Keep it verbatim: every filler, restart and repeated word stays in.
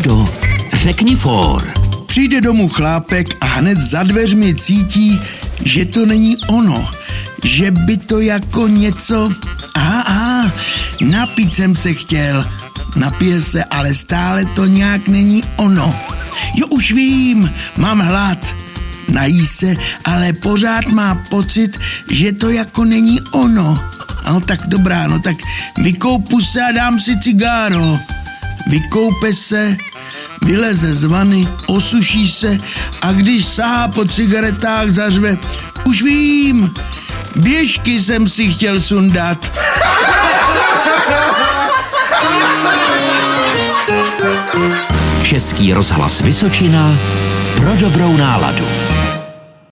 Fredo, řekni for. Přijde domů chlápek a hned za dveřmi cítí, že to není ono. Že by to jako něco... Aha, aha, napít jsem se chtěl. Napije se, ale stále to nějak není ono. Jo, už vím, mám hlad. Nají se, ale pořád má pocit, že to jako není ono. No tak dobrá, no tak vykoupu se a dám si cigáro. Vykoupe se, vyleze z vany, osuší se a když sahá po cigaretách, zařve: už vím, běžky jsem si chtěl sundat. Český rozhlas Vysočina pro dobrou náladu.